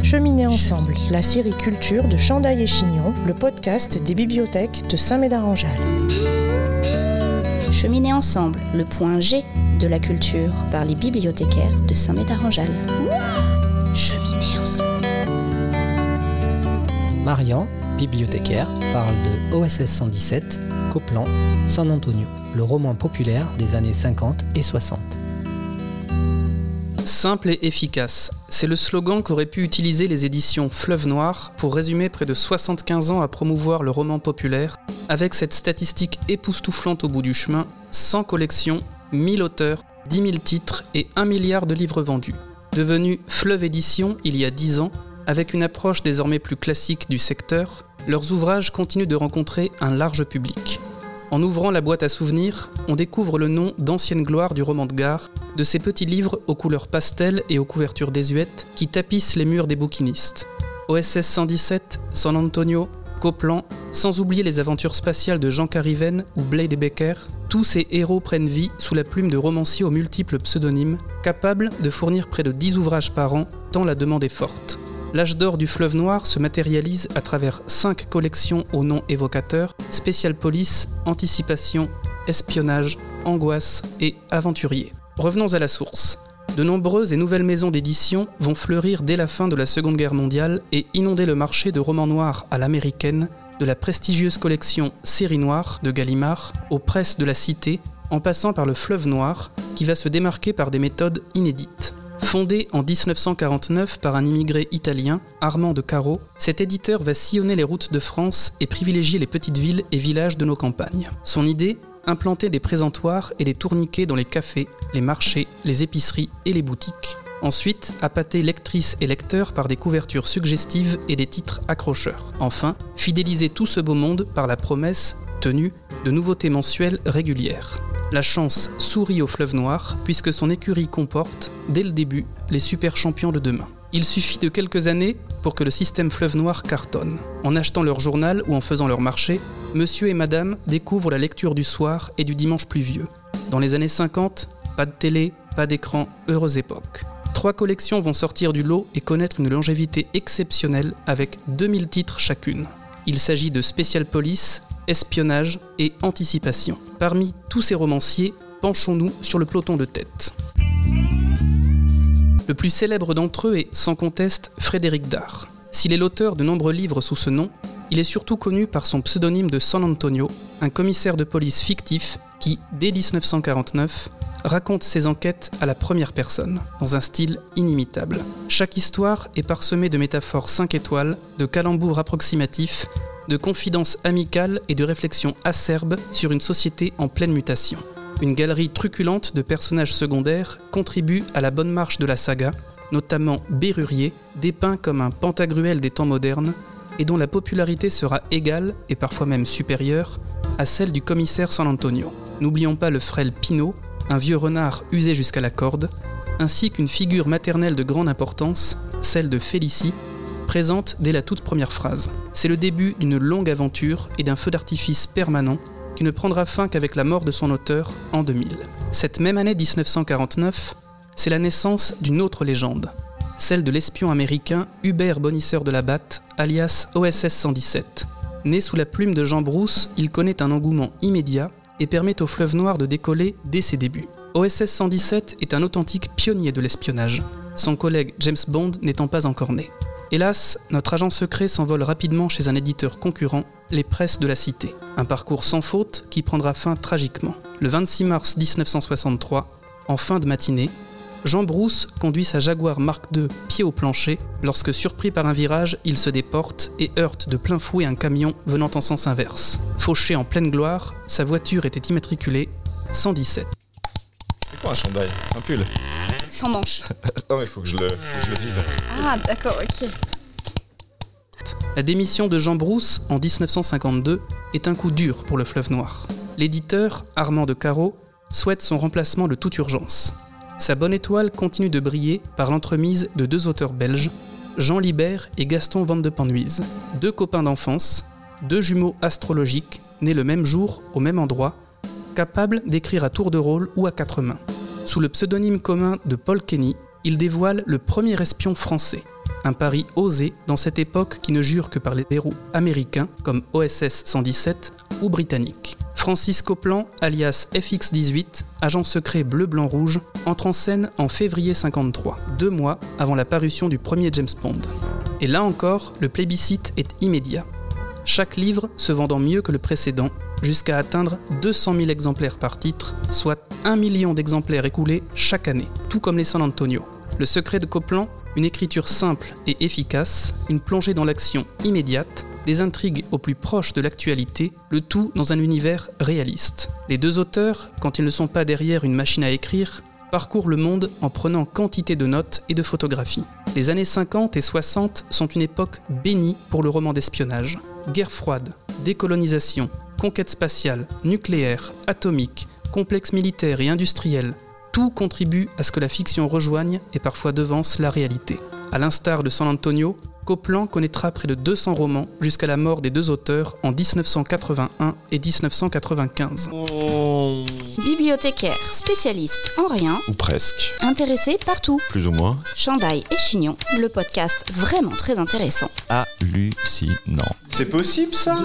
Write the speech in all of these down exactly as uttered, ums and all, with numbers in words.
Cheminer ensemble, la série culture de Chandail et Chignon, le podcast des bibliothèques de Saint-Médard-en-Jalles. Cheminer ensemble, le point G de la culture par les bibliothécaires de Saint-Médard-en-Jalles. Cheminer ensemble. Marian, bibliothécaire, parle de O S S cent dix-sept, Copland, San Antonio, le roman populaire des années cinquante et soixante. Simple et efficace, c'est le slogan qu'auraient pu utiliser les éditions Fleuve Noir pour résumer près de soixante-quinze ans à promouvoir le roman populaire, avec cette statistique époustouflante au bout du chemin, cent collections, mille auteurs, dix mille titres et un milliard de livres vendus. Devenu Fleuve Édition il y a dix ans, avec une approche désormais plus classique du secteur, leurs ouvrages continuent de rencontrer un large public. En ouvrant la boîte à souvenirs, on découvre le nom d'ancienne gloire du roman de gare, de ces petits livres aux couleurs pastel et aux couvertures désuètes qui tapissent les murs des bouquinistes. O S S cent dix-sept, San Antonio, Copland, sans oublier les aventures spatiales de Jean Cariven ou Blade et Becker, tous ces héros prennent vie sous la plume de romanciers aux multiples pseudonymes, capables de fournir près de dix ouvrages par an, tant la demande est forte. L'âge d'or du Fleuve Noir se matérialise à travers cinq collections aux noms évocateurs, Spécial Police, Anticipation, Espionnage, Angoisse et Aventurier. Revenons à la source. De nombreuses et nouvelles maisons d'édition vont fleurir dès la fin de la Seconde Guerre mondiale et inonder le marché de romans noirs à l'américaine, de la prestigieuse collection Série Noire de Gallimard aux presses de la Cité, en passant par le Fleuve Noir, qui va se démarquer par des méthodes inédites. Fondé en dix-neuf cent quarante-neuf par un immigré italien, Armand de Caro, cet éditeur va sillonner les routes de France et privilégier les petites villes et villages de nos campagnes. Son idée ? Implanter des présentoirs et des tourniquets dans les cafés, les marchés, les épiceries et les boutiques. Ensuite, appâter lectrices et lecteurs par des couvertures suggestives et des titres accrocheurs. Enfin, fidéliser tout ce beau monde par la promesse, tenue, de nouveautés mensuelles régulières. La chance sourit au Fleuve Noir, puisque son écurie comporte, dès le début, les super champions de demain. Il suffit de quelques années pour que le système Fleuve Noir cartonne. En achetant leur journal ou en faisant leur marché, monsieur et madame découvrent la lecture du soir et du dimanche pluvieux. Dans les années cinquante, pas de télé, pas d'écran, heureuse époque. Trois collections vont sortir du lot et connaître une longévité exceptionnelle avec deux mille titres chacune. Il s'agit de Spécial Police, Espionnage et Anticipation. Parmi tous ces romanciers, penchons-nous sur le peloton de tête. Le plus célèbre d'entre eux est, sans conteste, Frédéric Dard. S'il est l'auteur de nombreux livres sous ce nom, il est surtout connu par son pseudonyme de San Antonio, un commissaire de police fictif qui, dès dix-neuf cent quarante-neuf, raconte ses enquêtes à la première personne, dans un style inimitable. Chaque histoire est parsemée de métaphores cinq étoiles, de calembours approximatifs, de confidences amicales et de réflexions acerbes sur une société en pleine mutation. Une galerie truculente de personnages secondaires contribue à la bonne marche de la saga, notamment Bérurier, dépeint comme un Pantagruel des temps modernes, et dont la popularité sera égale, et parfois même supérieure, à celle du commissaire San Antonio. N'oublions pas le frêle Pinot, un vieux renard usé jusqu'à la corde, ainsi qu'une figure maternelle de grande importance, celle de Félicie, présente dès la toute première phrase. C'est le début d'une longue aventure et d'un feu d'artifice permanent qui ne prendra fin qu'avec la mort de son auteur en deux mille. Cette même année dix-neuf cent quarante-neuf, c'est la naissance d'une autre légende, celle de l'espion américain Hubert Bonisseur de la Batte, alias O S S cent dix-sept. Né sous la plume de Jean Brousse, il connaît un engouement immédiat et permet au Fleuve Noir de décoller dès ses débuts. O S S cent dix-sept est un authentique pionnier de l'espionnage, son collègue James Bond n'étant pas encore né. Hélas, notre agent secret s'envole rapidement chez un éditeur concurrent, les Presses de la Cité. Un parcours sans faute qui prendra fin tragiquement. Le vingt-six mars dix-neuf cent soixante-trois, en fin de matinée, Jean Brousse conduit sa Jaguar Mark deux pied au plancher lorsque, surpris par un virage, il se déporte et heurte de plein fouet un camion venant en sens inverse. Fauché en pleine gloire, sa voiture était immatriculée cent dix-sept. C'est quoi un chandail ? C'est un pull ? Sans manche. Non mais il faut que je le, faut que je le vive. Ah d'accord, ok. La démission de Jean Brousse en dix-neuf cent cinquante-deux est un coup dur pour le Fleuve Noir. L'éditeur, Armand de Caro, souhaite son remplacement de toute urgence. Sa bonne étoile continue de briller par l'entremise de deux auteurs belges, Jean Libert et Gaston Van de Panhuys. Deux copains d'enfance, deux jumeaux astrologiques, nés le même jour, au même endroit, capables d'écrire à tour de rôle ou à quatre mains. Sous le pseudonyme commun de Paul Kenny, il dévoile le premier espion français. Un pari osé dans cette époque qui ne jure que par les héros américains comme O S S cent dix-sept ou britanniques. Francis Copland, alias F X dix-huit, agent secret bleu-blanc-rouge, entre en scène en février cinquante-trois, deux mois avant la parution du premier James Bond. Et là encore, le plébiscite est immédiat. Chaque livre se vendant mieux que le précédent, jusqu'à atteindre deux cent mille exemplaires par titre, soit un million d'exemplaires écoulés chaque année, tout comme les San Antonio. Le secret de Copland, une écriture simple et efficace, une plongée dans l'action immédiate, des intrigues au plus proche de l'actualité, le tout dans un univers réaliste. Les deux auteurs, quand ils ne sont pas derrière une machine à écrire, parcourent le monde en prenant quantité de notes et de photographies. Les années cinquante et soixante sont une époque bénie pour le roman d'espionnage. Guerre froide, décolonisation, conquête spatiale, nucléaire, atomique, complexe militaire et industriel, tout contribue à ce que la fiction rejoigne et parfois devance la réalité. À l'instar de San Antonio, Copland connaîtra près de deux cents romans jusqu'à la mort des deux auteurs en dix-neuf cent quatre-vingt-un et dix-neuf cent quatre-vingt-quinze. Oh. Bibliothécaire, spécialiste en rien, Ou presque. intéressé partout. Plus ou moins. Chandail et Chignon, le podcast vraiment très intéressant. Hallucinant. C'est possible ça?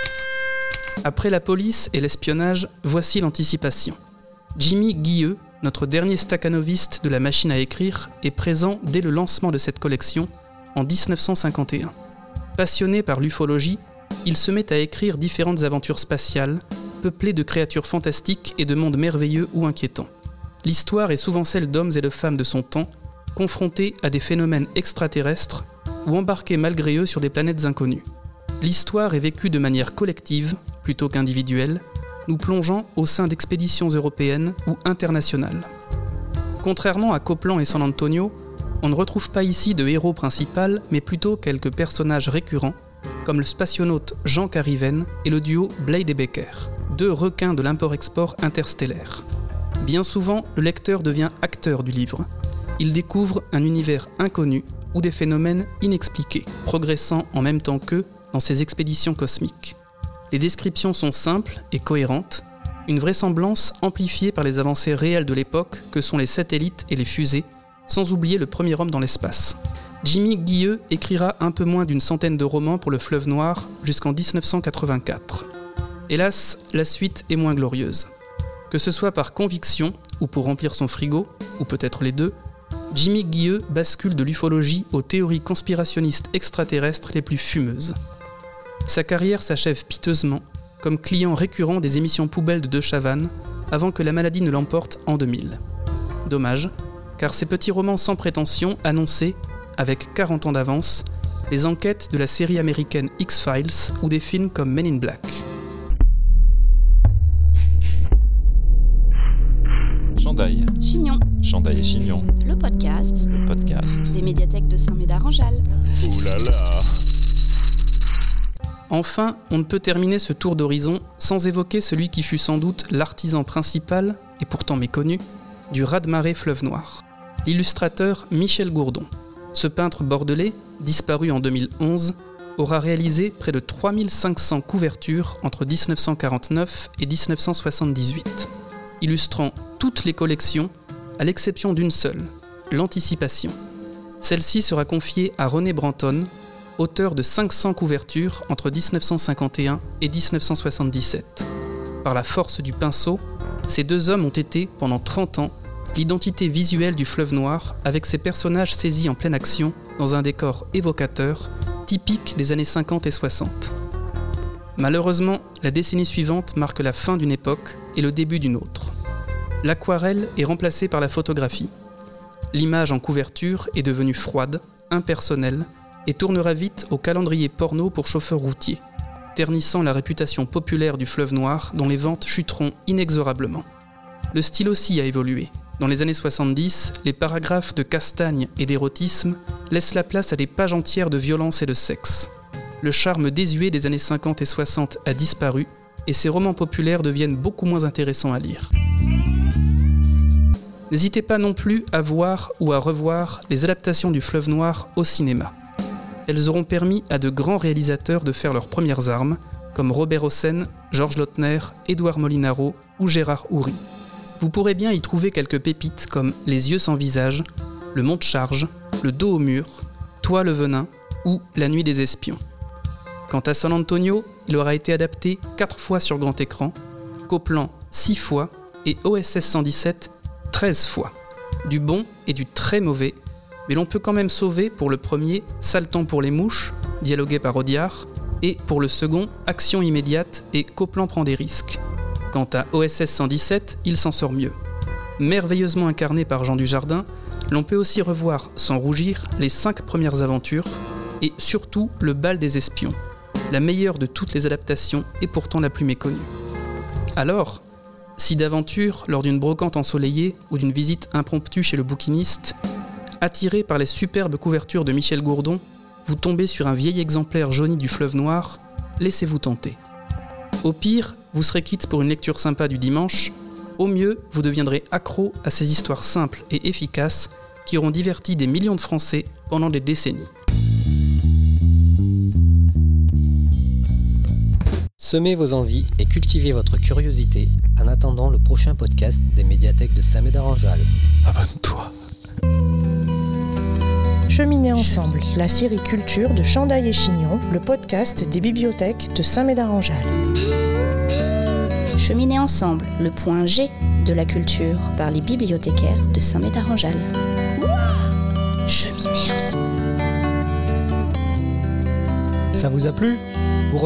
Après la police et l'espionnage, voici l'anticipation. Jimmy Guilleux, notre dernier staccanoviste de la machine à écrire, est présent dès le lancement de cette collection, en dix-neuf cent cinquante et un. Passionné par l'ufologie, il se met à écrire différentes aventures spatiales, peuplées de créatures fantastiques et de mondes merveilleux ou inquiétants. L'histoire est souvent celle d'hommes et de femmes de son temps, confrontés à des phénomènes extraterrestres ou embarqués malgré eux sur des planètes inconnues. L'histoire est vécue de manière collective, plutôt qu'individuelle, nous plongeant au sein d'expéditions européennes ou internationales. Contrairement à Copland et San Antonio, on ne retrouve pas ici de héros principal, mais plutôt quelques personnages récurrents, comme le spationaute Jean Cariven et le duo Blade et Becker, deux requins de l'import-export interstellaire. Bien souvent, le lecteur devient acteur du livre. Il découvre un univers inconnu ou des phénomènes inexpliqués, progressant en même temps qu'eux dans ces expéditions cosmiques. Les descriptions sont simples et cohérentes, une vraisemblance amplifiée par les avancées réelles de l'époque que sont les satellites et les fusées, sans oublier le premier homme dans l'espace. Jimmy Guilleux écrira un peu moins d'une centaine de romans pour le Fleuve Noir jusqu'en dix-neuf cent quatre-vingt-quatre. Hélas, la suite est moins glorieuse. Que ce soit par conviction ou pour remplir son frigo, ou peut-être les deux, Jimmy Guilleux bascule de l'ufologie aux théories conspirationnistes extraterrestres les plus fumeuses. Sa carrière s'achève piteusement, comme client récurrent des émissions poubelles de De Chavannes, avant que la maladie ne l'emporte en deux mille. Dommage, car ces petits romans sans prétention annonçaient, avec quarante ans d'avance, les enquêtes de la série américaine X-Files ou des films comme Men in Black. Chandail. Chignon, Chandail et Chignon. le podcast Le podcast. des médiathèques de Saint-Médard-en-Jalles. Ouh là là. Enfin, on ne peut terminer ce tour d'horizon sans évoquer celui qui fut sans doute l'artisan principal, et pourtant méconnu, du raz-de-marée Fleuve Noir, l'illustrateur Michel Gourdon. Ce peintre bordelais, disparu en deux mille onze, aura réalisé près de trois mille cinq cents couvertures entre dix-neuf cent quarante-neuf et dix-neuf cent soixante-dix-huit, illustrant toutes les collections, à l'exception d'une seule, l'Anticipation. Celle-ci sera confiée à René Branton, auteur de cinq cents couvertures entre dix-neuf cent cinquante et un et dix-neuf cent soixante-dix-sept. Par la force du pinceau, ces deux hommes ont été, pendant trente ans, l'identité visuelle du Fleuve Noir, avec ses personnages saisis en pleine action, dans un décor évocateur, typique des années cinquante et soixante. Malheureusement, la décennie suivante marque la fin d'une époque et le début d'une autre. L'aquarelle est remplacée par la photographie. L'image en couverture est devenue froide, impersonnelle, et tournera vite au calendrier porno pour chauffeurs routiers, ternissant la réputation populaire du Fleuve Noir dont les ventes chuteront inexorablement. Le style aussi a évolué. Dans les années soixante-dix, les paragraphes de castagne et d'érotisme laissent la place à des pages entières de violence et de sexe. Le charme désuet des années cinquante et soixante a disparu, et ces romans populaires deviennent beaucoup moins intéressants à lire. N'hésitez pas non plus à voir ou à revoir les adaptations du Fleuve Noir au cinéma. Elles auront permis à de grands réalisateurs de faire leurs premières armes, comme Robert Hossein, Georges Lautner, Édouard Molinaro ou Gérard Houry. Vous pourrez bien y trouver quelques pépites comme Les yeux sans visage, Le Monte-Charge, Le dos au mur, Toi le venin ou La nuit des espions. Quant à San Antonio, il aura été adapté quatre fois sur grand écran, Copland six fois et O S S cent dix-sept treize fois. Du bon et du très mauvais, mais l'on peut quand même sauver pour le premier Sale temps pour les mouches, dialogué par Audiard, et pour le second Action immédiate et Copland prend des risques. Quant à O S S cent dix-sept, il s'en sort mieux. Merveilleusement incarné par Jean Dujardin, l'on peut aussi revoir sans rougir les cinq premières aventures et surtout le bal des espions, la meilleure de toutes les adaptations et pourtant la plus méconnue. Alors, si d'aventure, lors d'une brocante ensoleillée ou d'une visite impromptue chez le bouquiniste, attiré par les superbes couvertures de Michel Gourdon, vous tombez sur un vieil exemplaire jauni du Fleuve Noir, laissez-vous tenter. Au pire, vous serez quitte pour une lecture sympa du dimanche. Au mieux, vous deviendrez accro à ces histoires simples et efficaces qui auront diverti des millions de Français pendant des décennies. Semez vos envies et cultivez votre curiosité en attendant le prochain podcast des médiathèques de Saint-Médard-en-Jalles. Abonne-toi. Cheminer ensemble, la série culture de Chandaille et Chignon, le podcast des bibliothèques de Saint-Médard-en-Jalles. Cheminer ensemble, le point G de la culture par les bibliothécaires de Saint-Médard-en-Jalles. Cheminer ensemble. Ça vous a plu ? Vous reviendrez ?